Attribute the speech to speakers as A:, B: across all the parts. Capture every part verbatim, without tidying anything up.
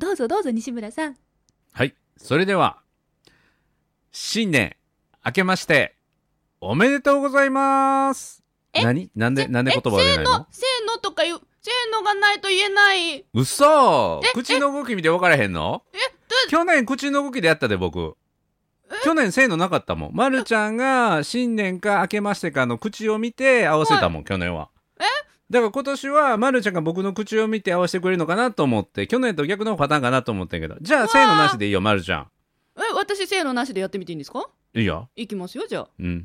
A: どうぞどうぞ西村さん。
B: はい、それでは新年明けましておめでとうございます。
A: え
B: 何なんでなんで言葉が出ないの？
A: せーのとか言う、せーのがないと言えない。
B: 嘘。口の動き見て分からへんの？
A: え
B: 去年口の動きでやったで僕。去年せーのなかったもん。まるちゃんが新年か明けましてかの口を見て合わせたもん、はい、去年は。
A: え
B: だから今年はまるちゃんが僕の口を見て合わせてくれるのかなと思って、去年と逆のパターンかなと思ってんけど、じゃあせーのなしでいいよ、まるちゃん。
A: え私せーのなしでやってみていいんですか？
B: いいよ。
A: いきますよ、じゃあ。
B: うん。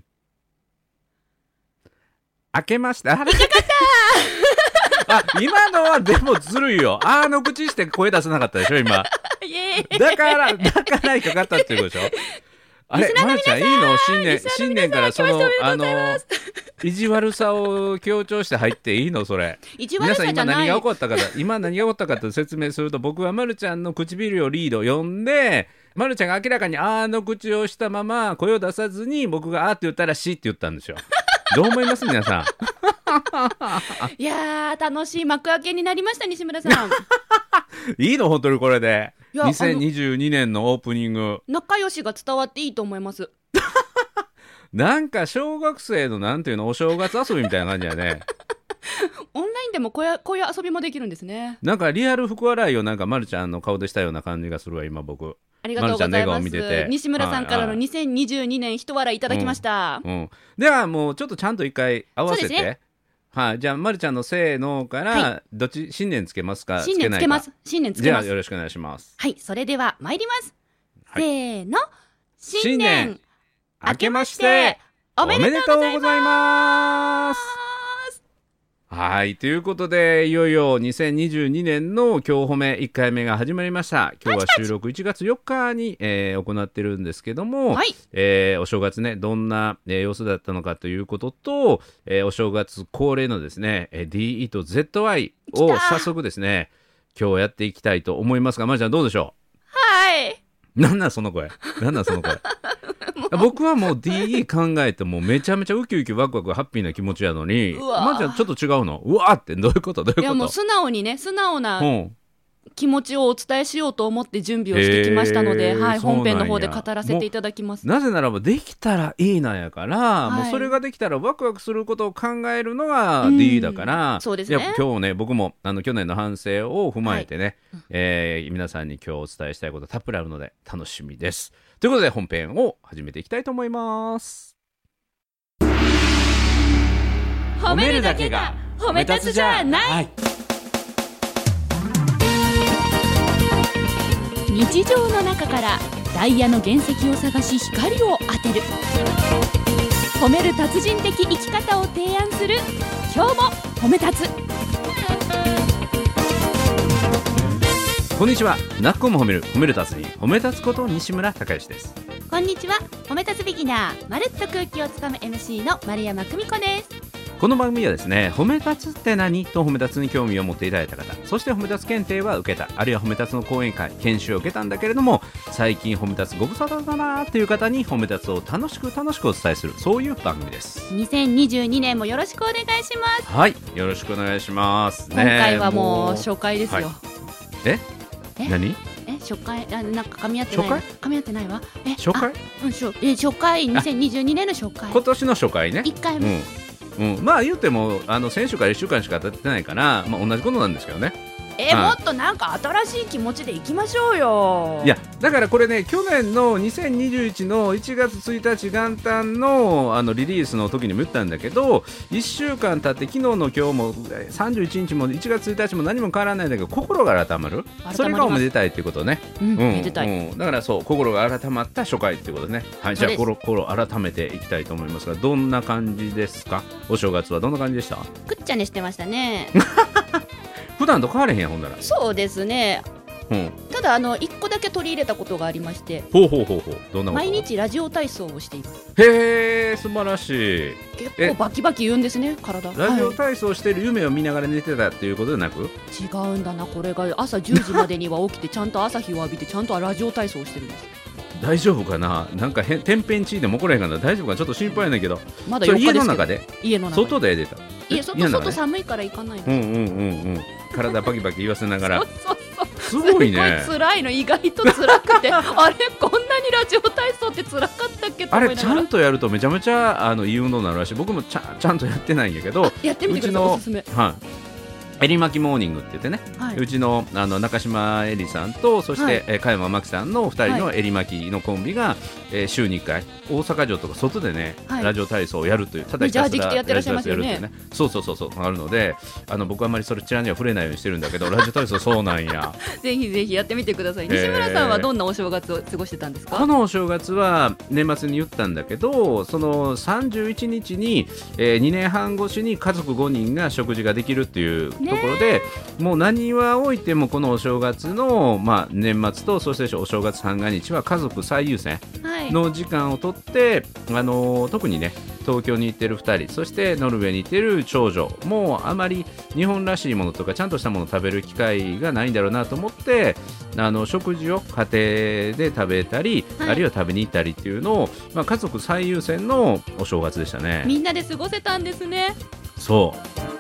B: 明けましてあれあ、今のはでもずるいよ。あの口して声出せなかったでしょ今。だからだから引っかかったっていうことでしょ。あれ、まるちゃんいいの？新年新年からそのあの意地悪さを強調して入っていいのそれ？
A: 意地悪さじゃない。
B: 皆さん今何が起こったか今何が起こったかと説明すると、僕はまるちゃんの唇をリード読んで、まるちゃんが明らかにあの口をしたまま声を出さずに、僕があって言ったらしって言ったんですよ。どう思います皆さん？
A: いやー楽しい幕開けになりました西村さん。
B: いいの本当にこれでにせんにじゅうにねんのオープニング、
A: 仲良しが伝わっていいと思います。
B: なんか小学生のなんていうのお正月遊びみたいな感じやね。
A: オンラインでもこういう、こういう遊びもできるんですね。
B: なんかリアル福笑いをなんかまるちゃんの顔でしたような感じがするわ今僕。
A: ありがとうございます。西村さんからのにせんにじゅうにねん一笑いいただきました、
B: うんうん、ではもうちょっとちゃんと一回合わせて、ね、はい、じゃあまるちゃんのせーのから、はい、どっち新年つけますか？
A: 新年つけます。新年つけます。
B: じゃあよろしくお願いします。
A: はい、それでは参ります、はい、せーの。
B: 新年明けましておめでとうございます。はい、ということでいよいよにせんにじゅうにねんの今日褒めいっかいめが始まりました。今日は収録いちがつよっかに、えー、行ってるんですけども、はい、えー、お正月ねどんな、えー、様子だったのかということと、えー、お正月恒例のですね ディーイー と ゼットワイ を早速ですね今日やっていきたいと思いますが、まるちゃんどうでしょう？
A: はい。
B: なんなんその声、なんなんその声。僕はもう ディーイー 考えてもめちゃめちゃウキウキワクワクハッピーな気持ちやのに、まるちゃんちょっと違うの？うわーってどういうことどういうこと？いや
A: もう素直にね素直な気持ちをお伝えしようと思って準備をしてきましたので、はい、本編の方で語らせていただきます。
B: なぜならばできたらいいなんやから、はい、もうそれができたらワクワクすることを考えるのが ディーイー だから、
A: そうですね。
B: いや今日ね僕もあの去年の反省を踏まえてね、はい、えー、皆さんに今日お伝えしたいことたっぷりあるので楽しみです。ということで本編を始めていきたいと思います。
A: 褒めるだけが褒め立つじゃない、はい、日常の中からダイヤの原石を探し光を当てる、褒める達人的生き方を提案する今日も褒め立つ。
B: こんにちは。なっこも褒める褒める達人褒め立つこと西村孝之です。
A: こんにちは。褒め立つビギナーまるっと空気をつかむ エムシー の丸山久美子です。
B: この番組はですね褒め立つって何と褒め立つに興味を持っていただいた方、そして褒め立つ検定は受けた、あるいは褒め立つの講演会研修を受けたんだけれども最近褒め立つご無沙汰だなという方に褒め立つを楽しく楽しくお伝えする、そういう番組です。
A: にせんにじゅうにねんもよろしくお願いします。
B: はい、よろしくお願いします、ね、
A: 今回はもう初回ですよ、はい、
B: ええ何
A: え初回あなんか噛み合ってないな噛み合ってないわえ
B: 初回
A: うん初え初回にせんにじゅうにねんの初回
B: 今年の初回ね
A: いっかいめ、
B: うんうん、まあ言うてもあの先週からいっしゅうかんしか経ってないから、まあ、同じことなんですけどね。
A: えーはい、もっとなんか新しい気持ちでいきましょうよ。
B: いやだからこれね去年のにせんにじゅういちのいちがつついたち元旦 の, あのリリースの時にも言ったんだけど、いっしゅうかん経って昨日の今日もさんじゅういちにちもいちがつついたちも何も変わらないんだけど心が改まる、それがおめでたいっていうことね、
A: うんうん、めでたい、
B: うん、だからそう心が改まった初回っていうことね、はい、じゃあ心改めていきたいと思いますが、どんな感じですか？お正月はどんな感じでした？
A: くっちゃねしてましたね。
B: 普段と変われへんやほんなら。
A: そうですね、
B: うん、
A: ただあのいっこだけ取り入れたことがありまして、
B: ほうほうほうほう、どんなこと？
A: 毎日ラジオ体操をしています。
B: へー素晴らしい。
A: 結構バキバキ言うんですね体。
B: ラジオ体操してる夢を見ながら寝てたっていうことでなく、
A: はい、違うんだな、これが朝じゅうじまでには起きてちゃんと朝日を浴びてちゃんとラジオ体操をしてるんです。
B: 大丈夫かな、なんかへ天変地異でも起こらへんかな、大丈夫かな、ちょっと心配やねんけど。
A: まだよっかですけど。
B: 家の中で
A: 家の中で
B: 外で出た
A: 家 外, 外寒いから行かないの。
B: うんうんうんうん、体バキバキ言わせながら
A: そうそうそう
B: すごいね。
A: すごい辛いの、意外と辛くてあれこんなにラジオ体操って辛かったっけと
B: あ
A: 思いながら。
B: れちゃんとやるとめちゃめちゃあのいい運動になるらしい。僕もちゃ, ちゃんとやってないんやけど、
A: やってみてください。おすすめ。
B: はい、えりまきモーニングって言ってね、はい、うち の, あの中島えりさんとそして、はい、え加山真紀さんのふたりのえりまきのコンビが、はい、えー、週にいっかい大阪城とか外でね、はい、ラジオ体操をやるという、ただひたすらやってらっしゃいますよね。ね、そうそうそうそうあるので、あの僕はあまりそれちらには触れないようにしてるんだけどラジオ体操そうなんや
A: ぜひぜひやってみてください。西村さんはどんなお正月を過ごしてたんですか？
B: このお正月は年末に言ったんだけど、そのさんじゅういちにちに、えー、にねんはん越しに家族ごにんが食事ができるっていうところで、もう何は置いてもこのお正月の、まあ、年末とそしてお正月三が日は家族最優先の時間をとって、はい、あの特にね東京に行ってるふたり、そしてノルウェーに行ってる長女もあまり日本らしいものとかちゃんとしたものを食べる機会がないんだろうなと思って、あの食事を家庭で食べたり、はい、あるいは食べに行ったりっていうのを、まあ、家族最優先のお正月でしたね。
A: みんなで過ごせたんですね。
B: そう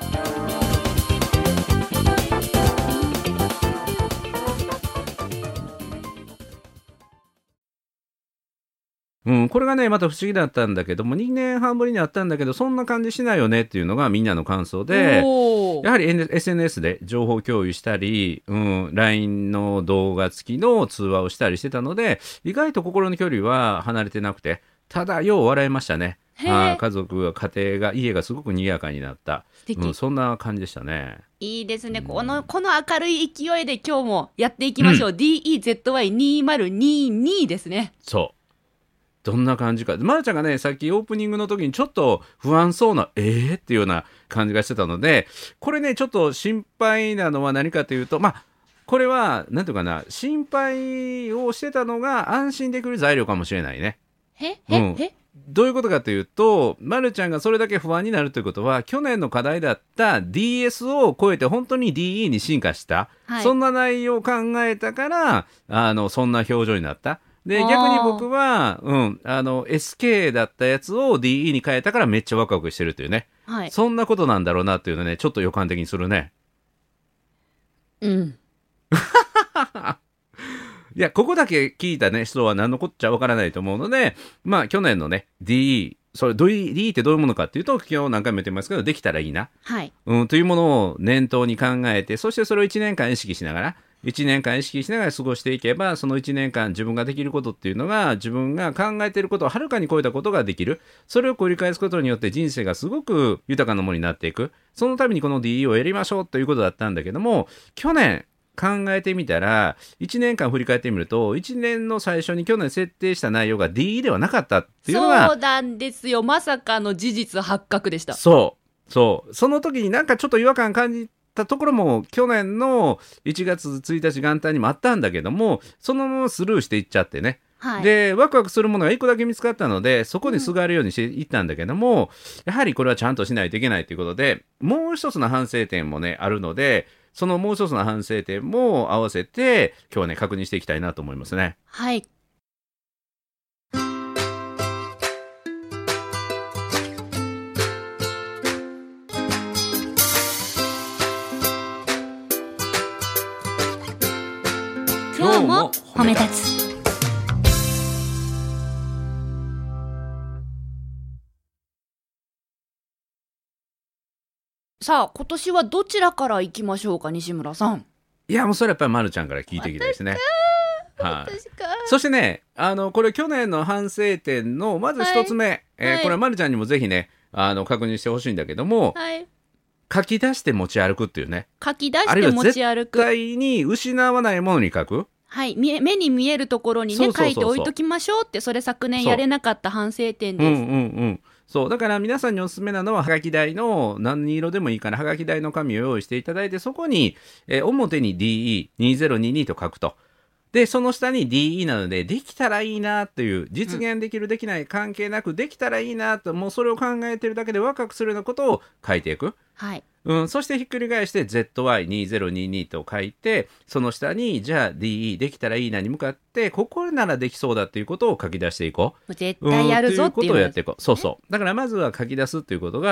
B: うん、これがねまた不思議だったんだけども、にねんはんぶりにあったんだけどそんな感じしないよねっていうのがみんなの感想で、やはり エスエヌエス で情報共有したり、うん、ライン の動画付きの通話をしたりしてたので、意外と心の距離は離れてなくて、ただよう笑いましたね。あ家族家庭が家がすごく賑やかになった、うん、そんな感じでしたね。
A: いいですね、うん、このこの明るい勢いで今日もやっていきましょう、うん、ディーイーゼットワイにせんにじゅうに ですね。
B: そうどんな感じか、まるちゃんがねさっきオープニングの時にちょっと不安そうなえーっていうような感じがしてたので、これねちょっと心配なのは何かというと、まあこれはなんていうかな、心配をしてたのが安心できる材料かもしれないね。
A: へへ、うん、へ
B: どういうことかというと、まるちゃんがそれだけ不安になるということは、去年の課題だった ディーエス を超えて本当に ディーイー に進化した、はい、そんな内容を考えたからあのそんな表情になった。で逆に僕は、うん、あの エスケー だったやつを ディーイー に変えたからめっちゃワクワクしてるというね、はい、そんなことなんだろうなっていうのねちょっと予感的にするね。
A: うん
B: いやここだけ聞いた、ね、人は何のこっちゃわからないと思うので、まあ去年のね ディーイー、 それ ディーイー ってどういうものかっていうと今日何回も言ってますけど、できたらいいな、はいうん、というものを念頭に考えて、そしてそれをいちねんかん意識しながらいちねんかん意識しながら過ごしていけば、そのいちねんかん自分ができることっていうのが自分が考えていることをはるかに超えたことができる。それを繰り返すことによって人生がすごく豊かなものになっていく。そのためにこの ディーイー をやりましょうということだったんだけども、去年考えてみたらいちねんかん振り返ってみるといちねんの最初に去年設定した内容が ディーイー ではなかったっていうのが、
A: そうなんですよ、まさかの事実発覚でした。
B: そうそうその時になんかちょっと違和感感じたところも去年のいちがつついたち元旦にもあったんだけども、そのままスルーしていっちゃってね、はい、でワクワクするものがいっこだけ見つかったのでそこにすがるようにしていったんだけども、うん、やはりこれはちゃんとしないといけないということで、もう一つの反省点もねあるので、そのもう一つの反省点も合わせて今日はね確認していきたいなと思いますね。
A: はい。今日も褒め立つ。さあ今年はどちらから行きましょうか、西村さん。
B: いやもうそれやっぱりまるちゃんから聞いていきたいですね。はい、そしてねあのこれ去年の反省点のまず一つ目、はいえーはい、これはまるちゃんにもぜひねあの確認してほしいんだけども、はい、書き出して持ち歩くっていうね。
A: 書き出して持ち歩く、
B: 絶対に失わないものに書く。
A: はい、目に見えるところにね書いておいときましょうって、それ昨年やれなかった反省点です。うんうんうん
B: そうだから皆さんにおすすめなのははがき台の何色でもいいからはがき台の紙を用意していただいて、そこに、えー、表に ディーイーにせんにじゅうに と書くと。でその下に ディーイー なのでできたらいいなという、実現できるできない関係なくできたらいいなと、もうそれを考えてるだけでワクワクするようなことを書いていく。はいうん、そしてひっくり返して ゼットワイにせんにじゅうに と書いて、その下にじゃあ ディーイー できたらいいなに向かってここならできそうだということを書き出していこう。
A: 絶対やるぞっていう、
B: うん、ということをやっていこう。そうそうだからまずは書き出すということが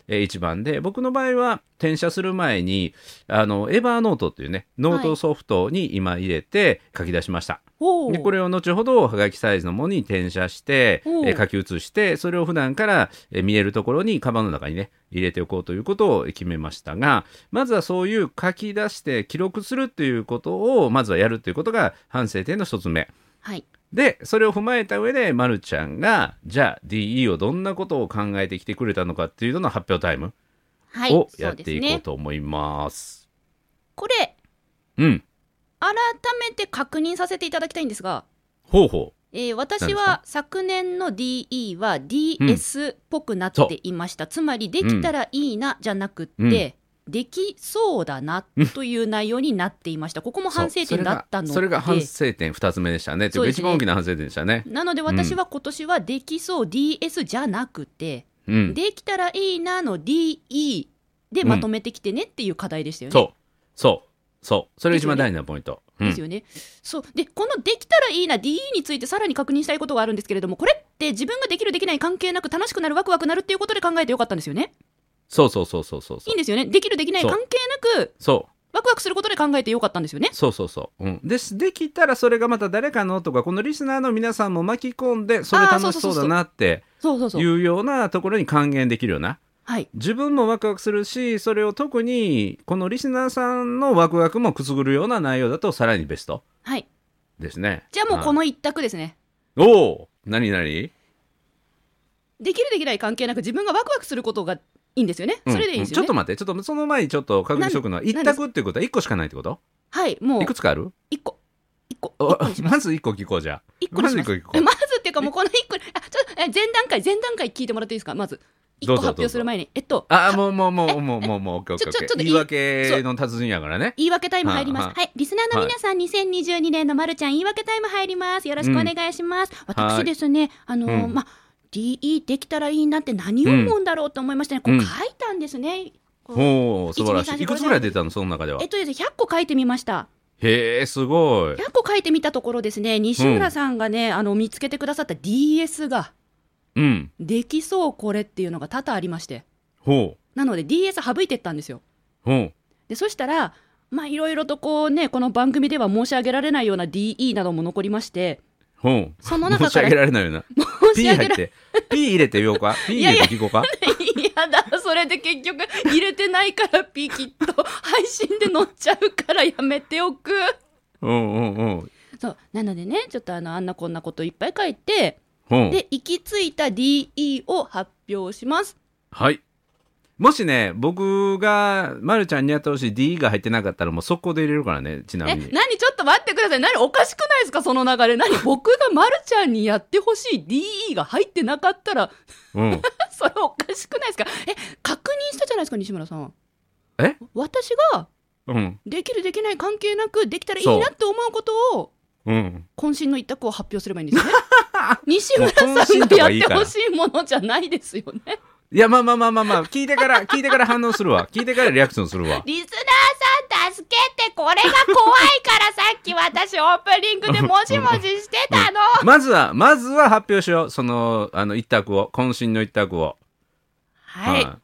B: えーいちばんで、僕の場合は転写する前にあのエバーノートっていうねノートソフトに今入れて書き出しました。
A: おー
B: でこれを後ほどはがきサイズのものに転写して、え
A: おー
B: ー書き写して、それを普段からえー見えるところにカバンの中にね入れておこうということを決めましたが、まずはそういう書き出して記録するっていうことをまずはやるということが反省点の一つ目
A: はい
B: で、それを踏まえた上で、まるちゃんがじゃあ ディーイー をどんなことを考えてきてくれたのかっていうのの発表タイム
A: はい
B: をやっていこう
A: そうですね。
B: と思います。
A: これ
B: うん、
A: 改めて確認させていただきたいんですが、
B: ほうほ
A: えー私
B: 何ですか
A: は昨年の ディーイー は ディーエス っぽくなっていました、つまりできたらいいなじゃなくって、
B: うん
A: できそうだなという内容になっていました。ここも
B: う。
A: 反省点だったので、
B: それがそれが反省点ふたつめでしたね。というか
A: そうですね
B: 一番大きな反省点でしたね。
A: なので私は今年はできそう ディーエス じゃなくて、
B: うん、
A: できたらいいなの ディーイー でまとめてきてねっていう課題でしたよね。
B: そうそうそうそれが一番大事なポイント。うん
A: ですよね。そうでこのできたらいいな ディーイー についてさらに確認したいことがあるんですけれども、これって自分ができるできない関係なく楽しくなるワクワクなるっていうことで考えてよかったんですよね。
B: そうそうそうそうそうそう
A: いいんですよね。できるできない
B: そう
A: 関係なく
B: そう
A: ワクワクすることで考えてよかったんですよね。
B: そうそうそう、うん、でできたらそれがまた誰かのとかこのリスナーの皆さんも巻き込んでそれ楽しそうだなって
A: そうそうそう
B: いうようなところに還元できるような、
A: はい
B: 自分もワクワクするし、それを特にこのリスナーさんのワクワクもくすぐるような内容だとさらにベスト
A: はい。
B: ですね。
A: じゃあもうこの一択ですね。
B: はい、おお何何
A: できるできない関係なく自分がワクワクすることがいいんですよね。それでいいですよね。
B: うんうんちょっと待って、ちょっとその前にちょっと確認しておくのは一択っていうことはいっこしかないってこと？
A: はいもう
B: いくつかある？
A: 一個一個
B: お
A: 一個にします。
B: まずいっこ聞こう。じゃあ
A: 一個にします。
B: まずいっこ聞こう。
A: まずっていうかもうこの一個にあちょっとえ前段階前段階聞いてもらっていいですか。まず一個
B: どうぞ
A: 発表する前にえっと
B: あもうもうもうもうもうもうオッケーオッケーオッケー。
A: ちょちょっと
B: 言い訳の達人やからね。
A: 言い訳タイム入ります。
B: はあはあ
A: はい、リスナーの皆さん、にせんにじゅうにねんのまるちゃん言い訳タイム入ります。よろしくお願いします。私ですね、あのー
B: うん
A: まあ ディーイー できたらいいなって何を思うんだろうと思いましてね、こう
B: うん
A: 書いたんですね。こう
B: おお素晴らし
A: いちにさん
B: い。いくつぐらい出たのその中では？
A: えっとですね、ひゃっこ書いてみました。
B: へえすごい。
A: ひゃっこ書いてみたところですね、西村さんがね、あの見つけてくださった ディーエス が
B: うん
A: できそうこれっていうのが多々ありまして、
B: ほう
A: なので ディーエス 省いていったんですよ。
B: ほう
A: でそしたらまあいろいろとこうね、この番組では申し上げられないような ディーイー なども残りまして、
B: ほう
A: その中から
B: 申し上げられないような
A: 申
B: P
A: し上げら
B: 入って P 入れて言おうか P 入れて聞こうか。
A: いやだ、それで結局入れてないから P きっと配信で載っちゃうからやめておく。
B: うんうんうん
A: そうなのでね、ちょっとあのあんなこんなこといっぱい書いて、
B: ほう
A: で行き着いた ディーイー を発表します。
B: はい。もしね僕がまるちゃんにやってほしい D が入ってなかったらもう速攻で入れるからね。ちな
A: え、
B: みに
A: 何ちょっと待ってください。何おかしくないですかその流れ。何僕がまるちゃんにやってほしい ディーイー が入ってなかったら
B: うん
A: それおかしくないですか。え、確認したじゃないですか西村さん。
B: え
A: 私が
B: うん
A: できるできない関係なくできたらいいなって思うことを
B: うん
A: 渾身の一択を発表すればいいんですよね。西村さんがやってほしいものじゃないですよね。
B: いやまあまあまあまあまあ聞いてから聞いてから反応するわ。聞いてからリアクションするわ。
A: リスナーさん助けて、これが怖いからさっき私オープニングでもしもししてたの。
B: まずはまずは発表しよう。そのあの一択を渾身の一択を。
A: はい、
B: い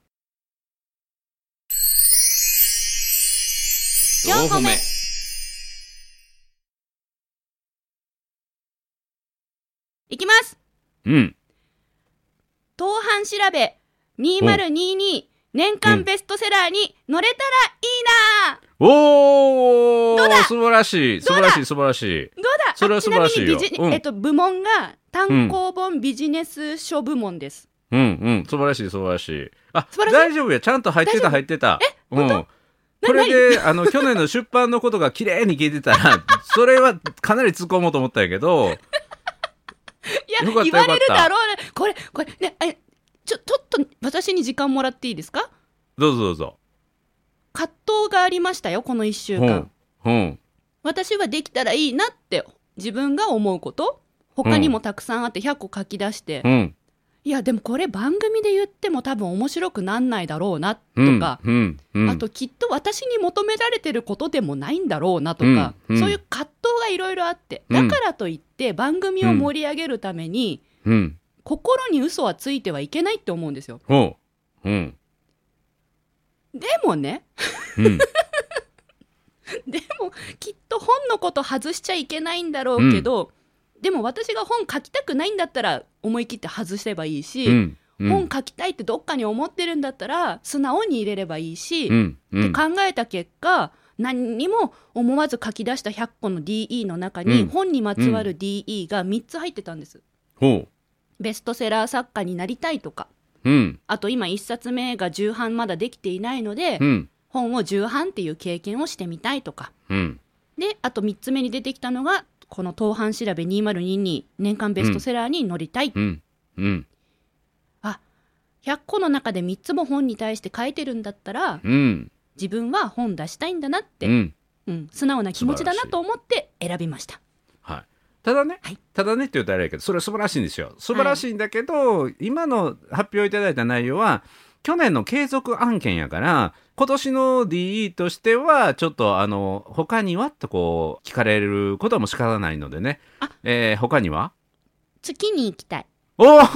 A: よんほめいきます。
B: うん
A: 当版調べにせんにじゅうに年間ベストセラーに乗れたらいいな。
B: お
A: どうだ
B: ー素晴らしい素晴らしい素晴らしい。
A: どうだ。
B: それは素晴らしいよ
A: あちなみにビジ、
B: うん
A: えっと、部門が単行本ビジネス書部門です。
B: うんうん素晴らしい素晴らしい。あ
A: 素晴らしい
B: 大丈夫やちゃんと入ってた入ってた。え本当？うんこれであの去年の出版のことが綺麗に聞いてたらそれはかなり突っ込もうと思ったんやけど
A: いや
B: よかった
A: 言われる
B: よかった
A: だろうね。これこれねえちょちょっと私に時間もらっていいですか。
B: どうぞどうぞ。
A: 葛藤がありましたよこのいっしゅうかん。
B: うんうん
A: 私はできたらいいなって自分が思うこと他にもたくさんあってひゃっこ書き出して、
B: うん
A: いやでもこれ番組で言っても多分面白くなんないだろうなと
B: うん
A: か、
B: うんうん
A: あときっと私に求められてることでもないんだろうなとか、
B: うんうん
A: そういう葛藤がいろいろあって、
B: うん
A: だからといって番組を盛り上げるために、
B: うん
A: 心に嘘はついてはいけないって思うんですよ。
B: ほううん
A: でもね、
B: うん、
A: でもきっと本のこと外しちゃいけないんだろうけど、うん、でも私が本書きたくないんだったら思い切って外せばいいし、うんうん、本書きたいってどっかに思ってるんだったら素直に入れればいいし、うんうん、って考えた結果、何にも思わず書き出したひゃっこの ディーイー の中に、うん、本にまつわる ディーイー がみっつ入ってたんです、うん、ベストセラー作家になりたいとか、うん、あと今いっさつめが重版まだできていないので、うん、本を重版っていう経験をしてみたいとか、うん、であとみっつめに出てきたのがこの当版調べにせんにじゅうに年間ベストセラーに載りたい、うんうん、あひゃっこの中でみっつも本に対して書いてるんだったら、うん、自分は本出したいんだなって、うんうん、素直な気持ちだなと思って選びました。
B: はい、ただね、はい、ただねって言うとあれやけど、それは素晴らしいんですよ。素晴らしいんだけど、はい、今の発表いただいた内容は去年の継続案件やから、今年の ディーイー としてはちょっとあの他にはとこう聞かれることも仕方ないのでね、あ、えー、他には
A: 月に行きたい。
B: おお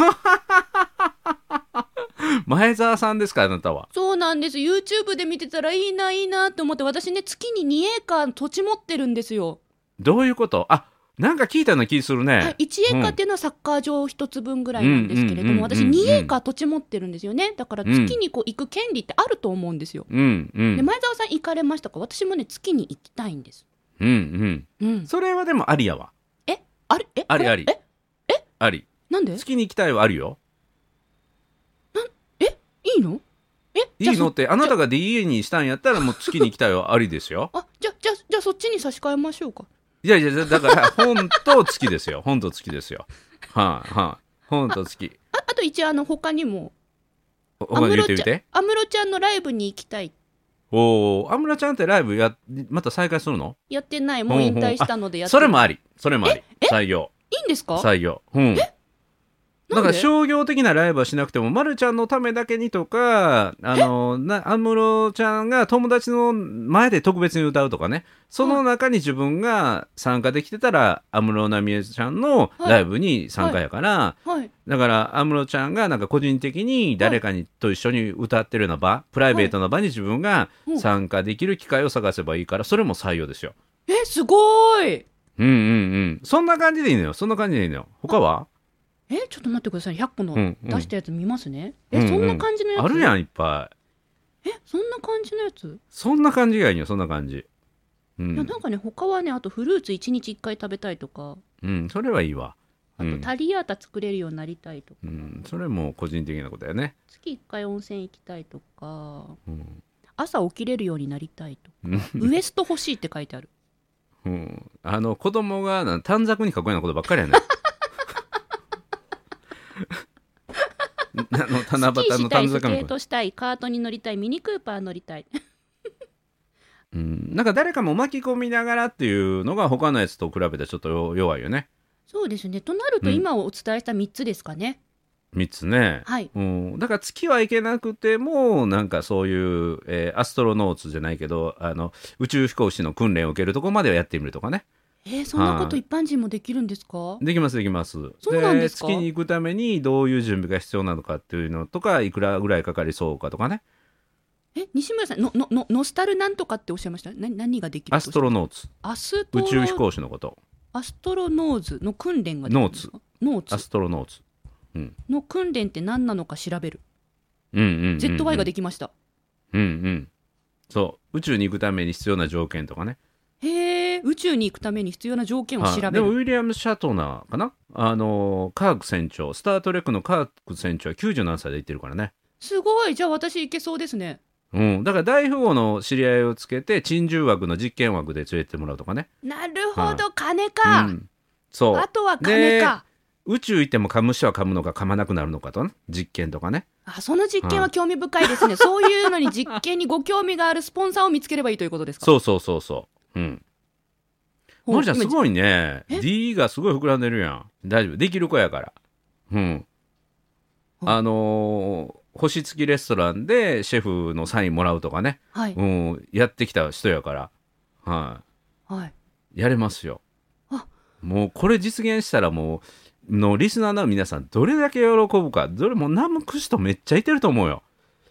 B: 前澤さんですか、あなたは。
A: そうなんです。 YouTube で見てたらいいないいなって思って、私ね月ににエーカー土地持ってるんですよ。
B: どういうこと？あ、なんか聞いたような気するね、はい、
A: いちエーカーっていうのはサッカー場ひとつぶんぐらいなんですけれども、私にエーカー土地持ってるんですよね。だから月にこう行く権利ってあると思うんですよ、うんうん、で前澤さん行かれましたか？私もね月に行きたいんです。
B: うんうん、うん、それはでもありやわ。
A: えありえ
B: ありあり
A: ええ
B: あり。
A: なんで
B: 月に行きたいはあるよ。
A: なんえいいの？え
B: いいのって、あなたが ディーイー にしたんやったらもう月に行きたいはありですよ。あ、
A: じゃじゃじゃあそっちに差し替えましょうか。
B: いやいや、だから本と月ですよ。本と月ですよ。はい、あ、はい、本と月。
A: あ、あと一応あの他にも
B: 他に言ってみて。
A: 安室ちゃんのライブに行きたい。
B: おお、安室ちゃんってライブやまた再開するの？
A: やってない、もう引退したのでやってない。
B: それもあり、それもあり。採用。
A: いいんですか？
B: 採用。うん。えだから商業的なライブはしなくても、まるちゃんのためだけにとか、あのな安室ちゃんが友達の前で特別に歌うとかね、その中に自分が参加できてたら安室奈美恵ちゃんのライブに参加やから、はいはいはい、だから安室ちゃんがなんか個人的に誰かにと一緒に歌ってるような場、はい、プライベートな場に自分が参加できる機会を探せばいいから、それも採用ですよ。
A: え、すごい。
B: うんうんうん、そんな感じでいいのよ。そんな感じでいいのよ。他は
A: えちょっと待ってください。ひゃっこの出したやつ見ますね、うんうん、えそんな感じのやつ、
B: あるやんいっぱ
A: い。えそんな感じのやつ？
B: そんな感じがいいよ。そんな感じ、
A: うん、いやなんかね他はね、あとフルーツいちにちいっかい食べたいとか、
B: うんそれはいいわ。
A: あとタリアータ作れるようになりたいとか、うん、
B: それも個人的なことだよね。
A: 月いっかい温泉行きたいとか、うん、朝起きれるようになりたいとかウエスト欲しいって書いてある、
B: うん、あの子供が短冊に書くようなことばっかりやねあの七夕の短冊
A: スキーしたい、スケートしたい、カートに乗りたい、ミニクーパー乗りたい
B: うん、なんか誰かも巻き込みながらっていうのが他のやつと比べてちょっと弱いよね。
A: そうですね。となると今お伝えしたみっつですかね、
B: うん、みっつね、
A: はい、
B: うん、だから月は行けなくてもなんかそういう、えー、アストロノーツじゃないけどあの宇宙飛行士の訓練を受けるところまではやってみるとかね。
A: えー、そんなこと一般人もできるんですか？
B: できますできます。
A: そうなんですか？
B: で月に行くためにどういう準備が必要なのかっていうのとか、いくらぐらいかかりそうかとかね。
A: え西村さんのののノスタルなんとかっておっしゃいました？な何ができる？
B: アストロノーツ。
A: アストロ
B: 宇宙飛行士のこと。
A: アストロノーズの訓練ができるんですか？ノーツ。ノーツ
B: アストロノーツ、うん、
A: の訓練って何なのか調べる、
B: うんうんうんうん、
A: ゼットワイ ができました。
B: うんうん、そう宇宙に行くために必要な条件とかね。
A: へえ、宇宙に行くために必要な条件を調べる、は
B: あ、でもウィリアム・シャトナーかな、あのカーク船長、スタートレックのカーク船長はきゅうじゅうなんさいで行ってるからね。
A: すごい。じゃあ私行けそうですね。
B: うん、だから大富豪の知り合いをつけて珍獣枠の実験枠で連れてってもらうとかね。
A: なるほど、はあ、金か、うん、
B: そう
A: あとは金か。
B: 宇宙行っても噛む人は噛むのか噛まなくなるのかと、ね、実験とかね。
A: あ、その実験は興味深いですね、はあ、そういうのに実験にご興味があるスポンサーを見つければいいということですか？
B: そうそうそうそう、うん。まるちゃんすごいね。 D がすごい膨らんでるやん。大丈夫、できる子やから。うん。あのー、星付きレストランでシェフのサインもらうとかね、はい、うん、やってきた人やから、はい、はい、やれますよ。あ、もうこれ実現したらもうのリスナーの皆さんどれだけ喜ぶか。どれもナムク人めっちゃいてると思うよ。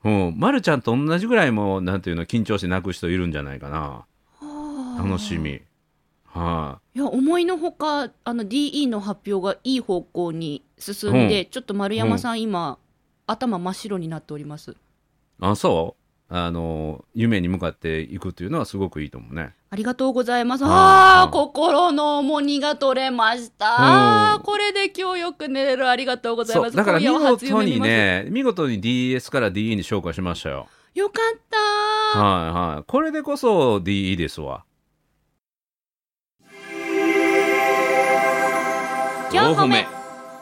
B: うん、まるちゃんと同じぐらいもなんていうの緊張して泣く人いるんじゃないかな。楽しみ。はい、
A: いや思いのほかあの ディーイー の発表がいい方向に進んで、うん、ちょっと丸山さん、うん、今頭真っ白になっております。
B: あ、そうあの夢に向かっていくっていうのはすごくいいと思うね。
A: ありがとうございます。ああ、心の重荷が取れました。あ、これで今日よく寝れる。ありがとうございます。
B: だから見事にね見事に ディーエス から ディーイー に昇華しましたよ。
A: よかった。
B: はいはい、これでこそ ディーイー ですわ。
A: よんほめ。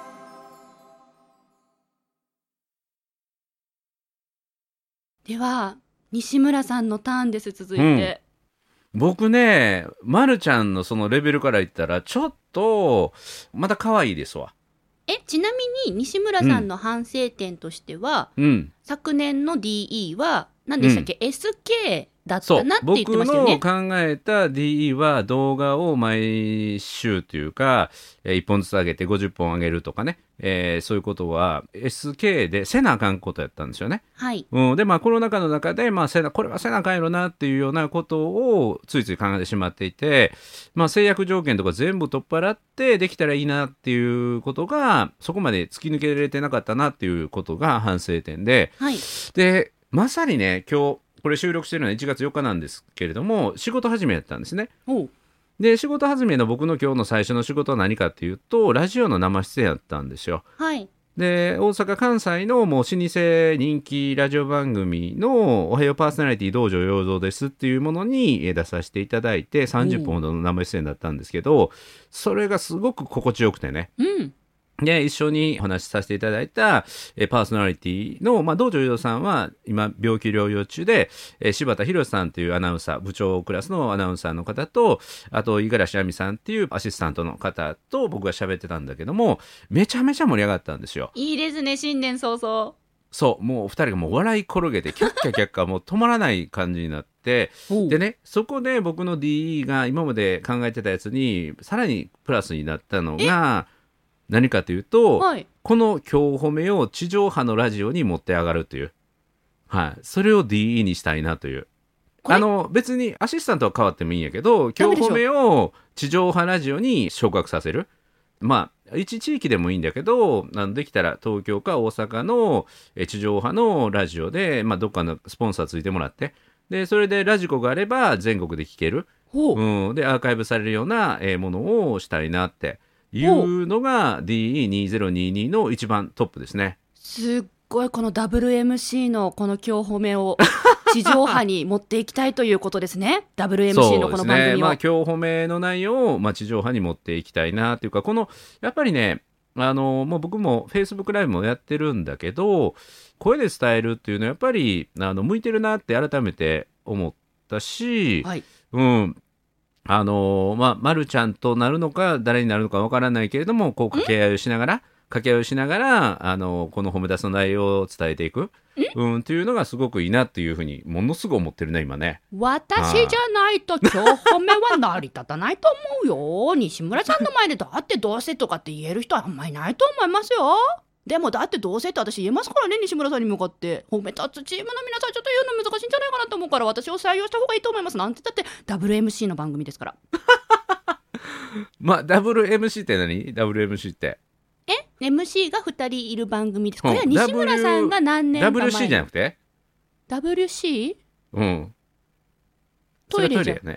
A: では西村さんのターンです。続いて、
B: うん、僕ねまるちゃんのそのレベルから言ったらちょっとまた可愛いですわ。
A: えちなみに西村さんの反省点としては、うん、昨年の ディーイー は何でしたっけ、うん、エスケー だったなって言ってましたよね。
B: 僕の考えた ディーイー は動画を毎週というか、えー、いっぽんずつ上げてごじゅっぽん上げるとかね、えー、そういうことは エスケー でせなあかんことやったんですよね。
A: はい、
B: うん、でまあコロナ禍の中で、まあ、せなこれはせなあかんやろなっていうようなことをついつい考えてしまっていて、まあ、制約条件とか全部取っ払ってできたらいいなっていうことがそこまで突き抜けられてなかったなっていうことが反省点で、
A: はい、
B: でまさにね今日これ収録してるのはいちがつよっかなんですけれども仕事始めやったんですね。
A: お
B: で仕事始めの僕の今日の最初の仕事は何かっていうとラジオの生出演やったんですよ。
A: はい、
B: で大阪関西のもう老舗人気ラジオ番組のおはようパーソナリティ道場陽三ですっていうものに出させていただいてさんじゅっぷんほどの生出演だったんですけど、それがすごく心地よくてね、
A: うん
B: で一緒にお話しさせていただいたえパーソナリティの、まあ、道場陽三さんは今病気療養中で、え柴田博さんというアナウンサー部長クラスのアナウンサーの方とあと五十嵐亜美さんっていうアシスタントの方と僕が喋ってたんだけどもめちゃめちゃ盛り上がったんですよ。
A: いいですね新年早々。
B: そうもうふたりがもう笑い転げてキャッキャキャッキャもう止まらない感じになってでねそこで僕の ディーイー が今まで考えてたやつにさらにプラスになったのが何かというと、はい、この今日褒めを地上波のラジオに持って上がるという、はい、それを ディーイー にしたいなというあの別にアシスタントは変わってもいいんやけど今日褒めを地上波ラジオに昇格させるまあ一地域でもいいんだけどできたら東京か大阪の地上波のラジオで、まあ、どっかのスポンサーついてもらってでそれでラジコがあれば全国で聞ける、うん、でアーカイブされるようなものをしたいなっていうのが ディーイーにせんにじゅうに の一番トップですね。
A: すっごいこの ダブルエムシー のこの今日褒めを地上波に持っていきたいということですねダブルエムシー のこの番組を。そうですね、まあ、
B: 今日褒めの内容を、まあ、地上波に持っていきたいなというかこのやっぱりねあのもう僕も Facebook ライブもやってるんだけど声で伝えるっていうのはやっぱりあの向いてるなって改めて思ったし、
A: はい、
B: うんあのー、まあ、まるちゃんとなるのか誰になるのかわからないけれどもこう掛け合いをしながら掛け合いをしながらあのー、この褒め出すの内容を伝えていくうんっていうのがすごくいいなっていうふうにものすごく思ってるね今ね。
A: 私じゃないと今日褒めは成り立たないと思うよ西村さんの前でだってどうせとかって言える人はあんまりいないと思いますよ。でもだってどうせって私言えますからね西村さんに向かって褒め立つチームの皆さんちょっと言うの難しいんじゃないかなと思うから私を採用した方がいいと思いますなんてだって ダブルエムシー の番組ですから
B: まあ ダブルエムシー って何 ダブルエムシー って
A: え エムシー がふたりいる番組です。これは西村さんが何年か前
B: ダブリューシー じゃなくて
A: ダブリューシー？
B: うん
A: トイレじゃん
B: トイレやね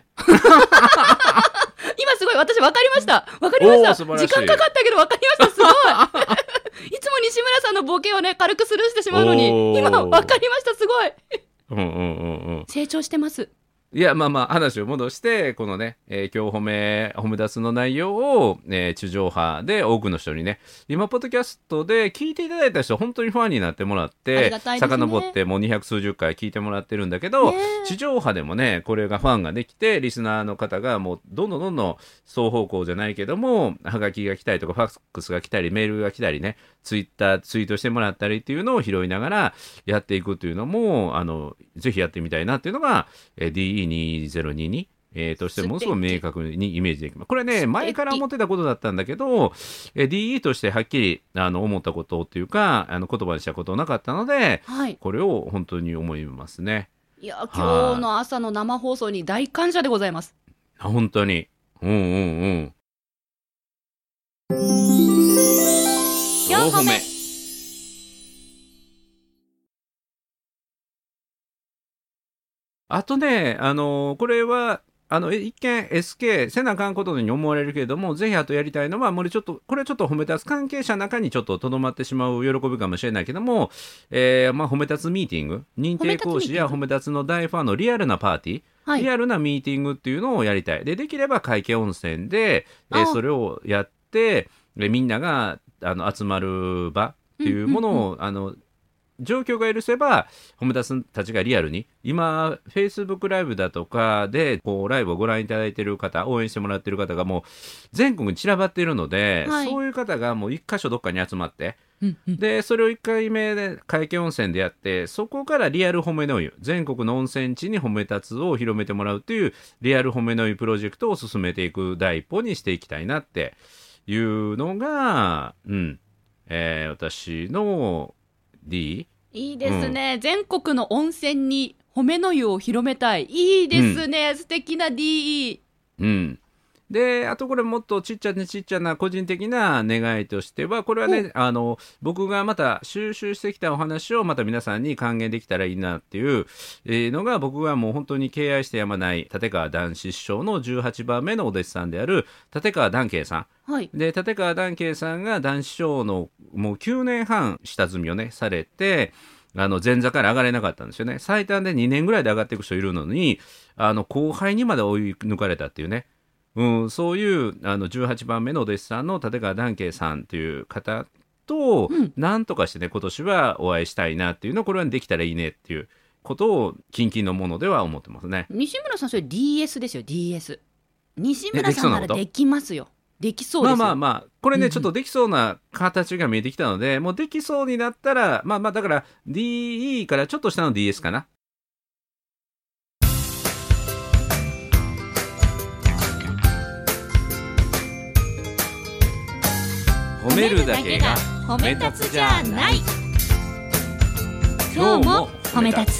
A: 今すごい私分かりました分かりました時間かかったけど分かりましたすごいいつも西村さんのボケをね軽くスルーしてしまうのに今分かりましたすごい
B: うんうんうんうん
A: 成長してます。
B: いやまあまあ話を戻してこのね、えー、今日褒め褒め出すの内容を、えー、地上波で多くの人にね今ポッドキャストで聞いていただいた人本当にファンになってもらって遡ってもうにひゃくすうじゅっかい聞いてもらってるんだけど、ね、地上波でもねこれがファンができてリスナーの方がもうどんどんどんどん双方向じゃないけどもハガキが来たりとかファックスが来たりメールが来たりねツイッターツイートしてもらったりっていうのを拾いながらやっていくっていうのもあのぜひやってみたいなっていうのが、えー、ディーイーにせんにじゅうにえー、としてものすごく明確にイメージできます。これね前から思ってたことだったんだけど、えー、ディーイー としてはっきりあの思ったことっていうかあの言葉にしたことなかったので、はい、これを本当に思いますね。
A: いや今日の朝の生放送に大感謝でございます。
B: 本当にうんうんうん
A: よんほめ
B: あとねあのー、これはあの一見 エスケー せなあかんことに思われるけれどもぜひあとやりたいのはもうちょっとこれちょっと褒め立つ関係者の中にちょっととどまってしまう喜びかもしれないけども、えーまあ、褒め立つミーティング認定講師や褒め立つの大ファンのリアルなパーティー、はい、リアルなミーティングっていうのをやりたい。でできれば会計温泉で、えー、それをやってみんながあの集まる場っていうものを、うんうんうん、あの状況が許せば褒め立つたちがリアルに今 Facebook ライブだとかでこうライブをご覧いただいている方応援してもらっている方がもう全国に散らばっているので、はい、そういう方がもう一箇所どっかに集まって、うんうん、でそれをいっかいめで会計温泉でやってそこからリアル褒めの湯全国の温泉地に褒め立つを広めてもらうというリアル褒めの湯プロジェクトを進めていく第一歩にしていきたいなっていうのが、うんえー、私のD
A: いいですね、うん、全国の温泉に褒めの湯を広めたい。いいですね、うん、素敵な ディーイー、
B: うん、であとこれもっとちっちゃなちっちゃな個人的な願いとしてはこれはねあの僕がまた収集してきたお話をまた皆さんに還元できたらいいなっていうのが僕がもう本当に敬愛してやまない立川談志師匠のじゅうはちばんめのお弟子さんである立川談慶さん、はい、で立川談慶さんが談志師匠のもうきゅうねんはん下積みをねされてあの前座から上がれなかったんですよね。最短でにねんぐらいで上がっていく人いるのにあの後輩にまで追い抜かれたっていうね、うん、そういうあのじゅうはちばんめのお弟子さんの立川談慶さんという方と、うん、なんとかしてね今年はお会いしたいなっていうのをこれはできたらいいねっていうことを近々のものでは思ってますね。
A: 西村さんそれ ディーエス ですよ ディーエス 西村さんならできますよ。できそうですよ。
B: まあまあまあこれね、うんうん、ちょっとできそうな形が見えてきたのでもうできそうになったらまあまあだから ディーイー からちょっと下の ディーエス かな。褒めるだけが褒め立つじゃない。
A: 今日も褒め立つ。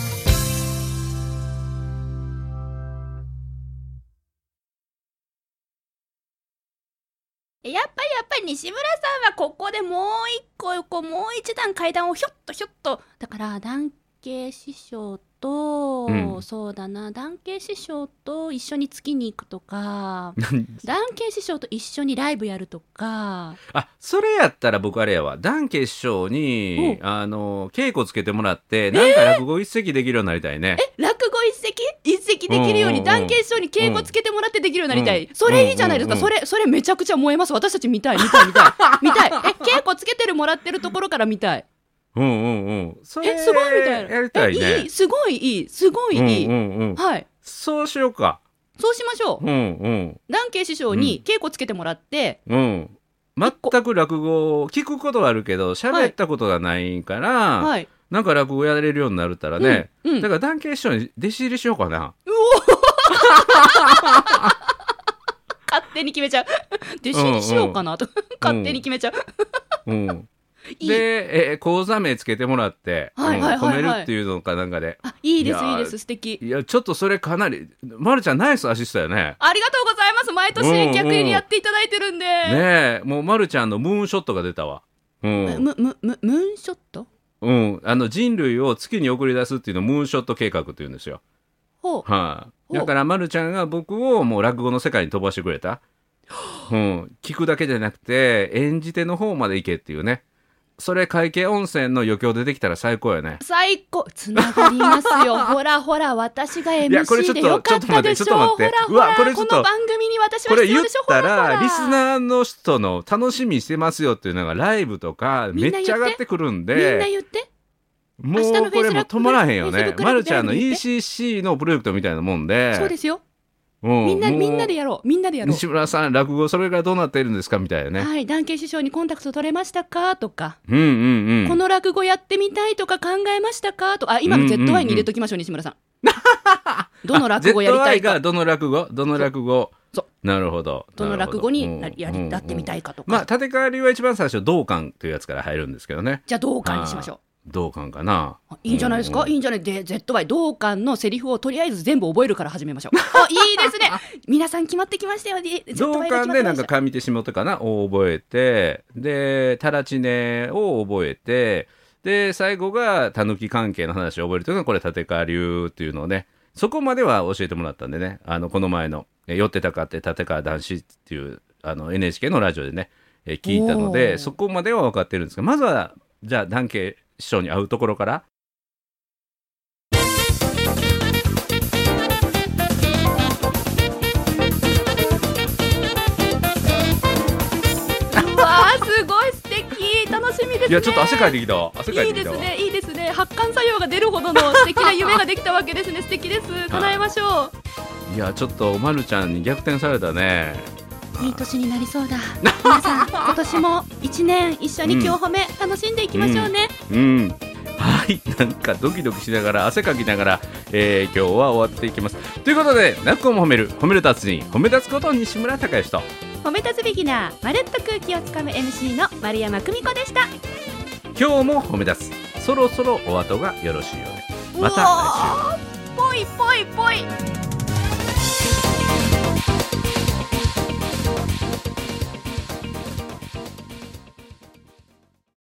A: やっぱりやっぱり西村さんはここでもう一個こうもう一段階段をひょっとひょっとだから談慶師匠と、うん、そうだな談慶師匠と一緒に月に行くとか談慶師匠と一緒にライブやるとか。
B: あそれやったら僕あれやわ談慶師匠にあの稽古つけてもらってなんか落語一席できるようになりたいね。
A: ええ落語一席一席できるように談慶師匠に稽古つけてもらってできるようになりたい、うん、それいいじゃないですか、うんうんうん、それそれめちゃくちゃ燃えます。私たち見たい見たい見たい見たいえ稽古つけてるもらってるところから見たい。
B: うんうんうん、それ
A: えすごいみたいな
B: やりたいね。
A: えいいすごいいいすごいいい、うんうんうん、はい
B: そうしようか。
A: そうしましょう。
B: うんうん
A: 談慶師匠に稽古つけてもらって、
B: うん、全く落語を聞くことはあるけど喋ったことがないから、はいはい、なんか落語やれるようになるったらね、うんうん、だから談慶師匠に弟子入りしようかな。うお
A: 勝手に決めちゃう弟子入りしようかなと、うんうん、勝手に決めちゃう、うんうん
B: で、えー、講座名つけてもらって、はいはいはいはい、褒めるっていうのかなんかで。
A: あいいですいいです素敵。
B: いやちょっとそれかなりまるちゃんナイスアシストやね。
A: ありがとうございます。毎年逆にやっていただいてるんで、うんうん、
B: ねえもうまるちゃんのムーンショットが出たわ、うん、
A: ムムムムーンショット、
B: うん、あの人類を月に送り出すっていうのをムーンショット計画っていうんですよ。ほう、はあ、だからまるちゃんが僕をもう落語の世界に飛ばしてくれた、うん、聞くだけじゃなくて演じ手の方まで行けっていうね。それ会計温泉の余興でできたら最高よね。
A: 最高つながりますよほらほら私が エムシー でよかったでしょ。ほらほらこの番組に私は必要でしょ。
B: これ言ったらリスナーの人の楽しみしてますよっていうのがライブとかめっちゃ上がってくるんで
A: みんな言って
B: もうこれも止まらへんよね。まるちゃんの イーシーシー のプロジェクトみたいなもんで。
A: そうですよみんなみんなでやろうみんなでやろう。
B: 西村さん落語それがどうなっているんですかみたいなね。
A: はい談慶師匠にコンタクト取れましたかとか、
B: うんうんうん、
A: この落語やってみたいとか考えましたかとか。あ今の ゼットワイ に入れときましょう、うんうんうん、西村さんどの落語やりたいか。
B: ゼットアイ がどの落語どの落語
A: そう
B: なるほど。
A: どの落語にな
B: うん
A: やりやってみたいかとか、
B: まあ立川流は一番最初道館というやつから入るんですけどね。
A: じゃあ道館にしましょう。
B: 道館かな。
A: いいんじゃないですか、
B: うんうん、
A: いいんじゃないで ゼットワイ 道館のセリフをとりあえず全部覚えるから始めましょう。あ、いいですね。皆さん決まってきましたよ。
B: 道館でなんか上手下手かなを覚えて、でタラチネを覚えて、で最後がタヌキ関係の話を覚えるというのがこれ立川流っていうのをね、そこまでは教えてもらったんでね、あのこの前の寄ってたかって立川談志っていうあの エヌエイチケー のラジオでね聞いたので、そこまでは分かってるんですが、まずはじゃあ談慶師匠に会うところから。
A: うわー、すごい素敵、楽しみですね。
B: いやちょっと汗かいてきたわ。汗かい
A: いい
B: てきたわ。
A: ですね、いいですね。発汗作用が出るほどの素敵な夢ができたわけですね。素敵です。叶えましょ
B: う。いやちょっとまるちゃんに逆転されたね。
A: いい年になりそうだ。皆さん今年も一年一緒に今日褒め楽しんでいきましょうね。
B: うん、うんうん、はい、なんかドキドキしながら汗かきながら、えー、今日は終わっていきます。ということで、泣く子も褒める褒める達人褒め立つこと西村孝之と
A: 褒め立つビギナーまるっと空気をつかむ エムシー の丸山久美子でした。
B: 今日も褒め立つ、そろそろお後がよろしいようで。また来週。
A: ぽいぽいぽい。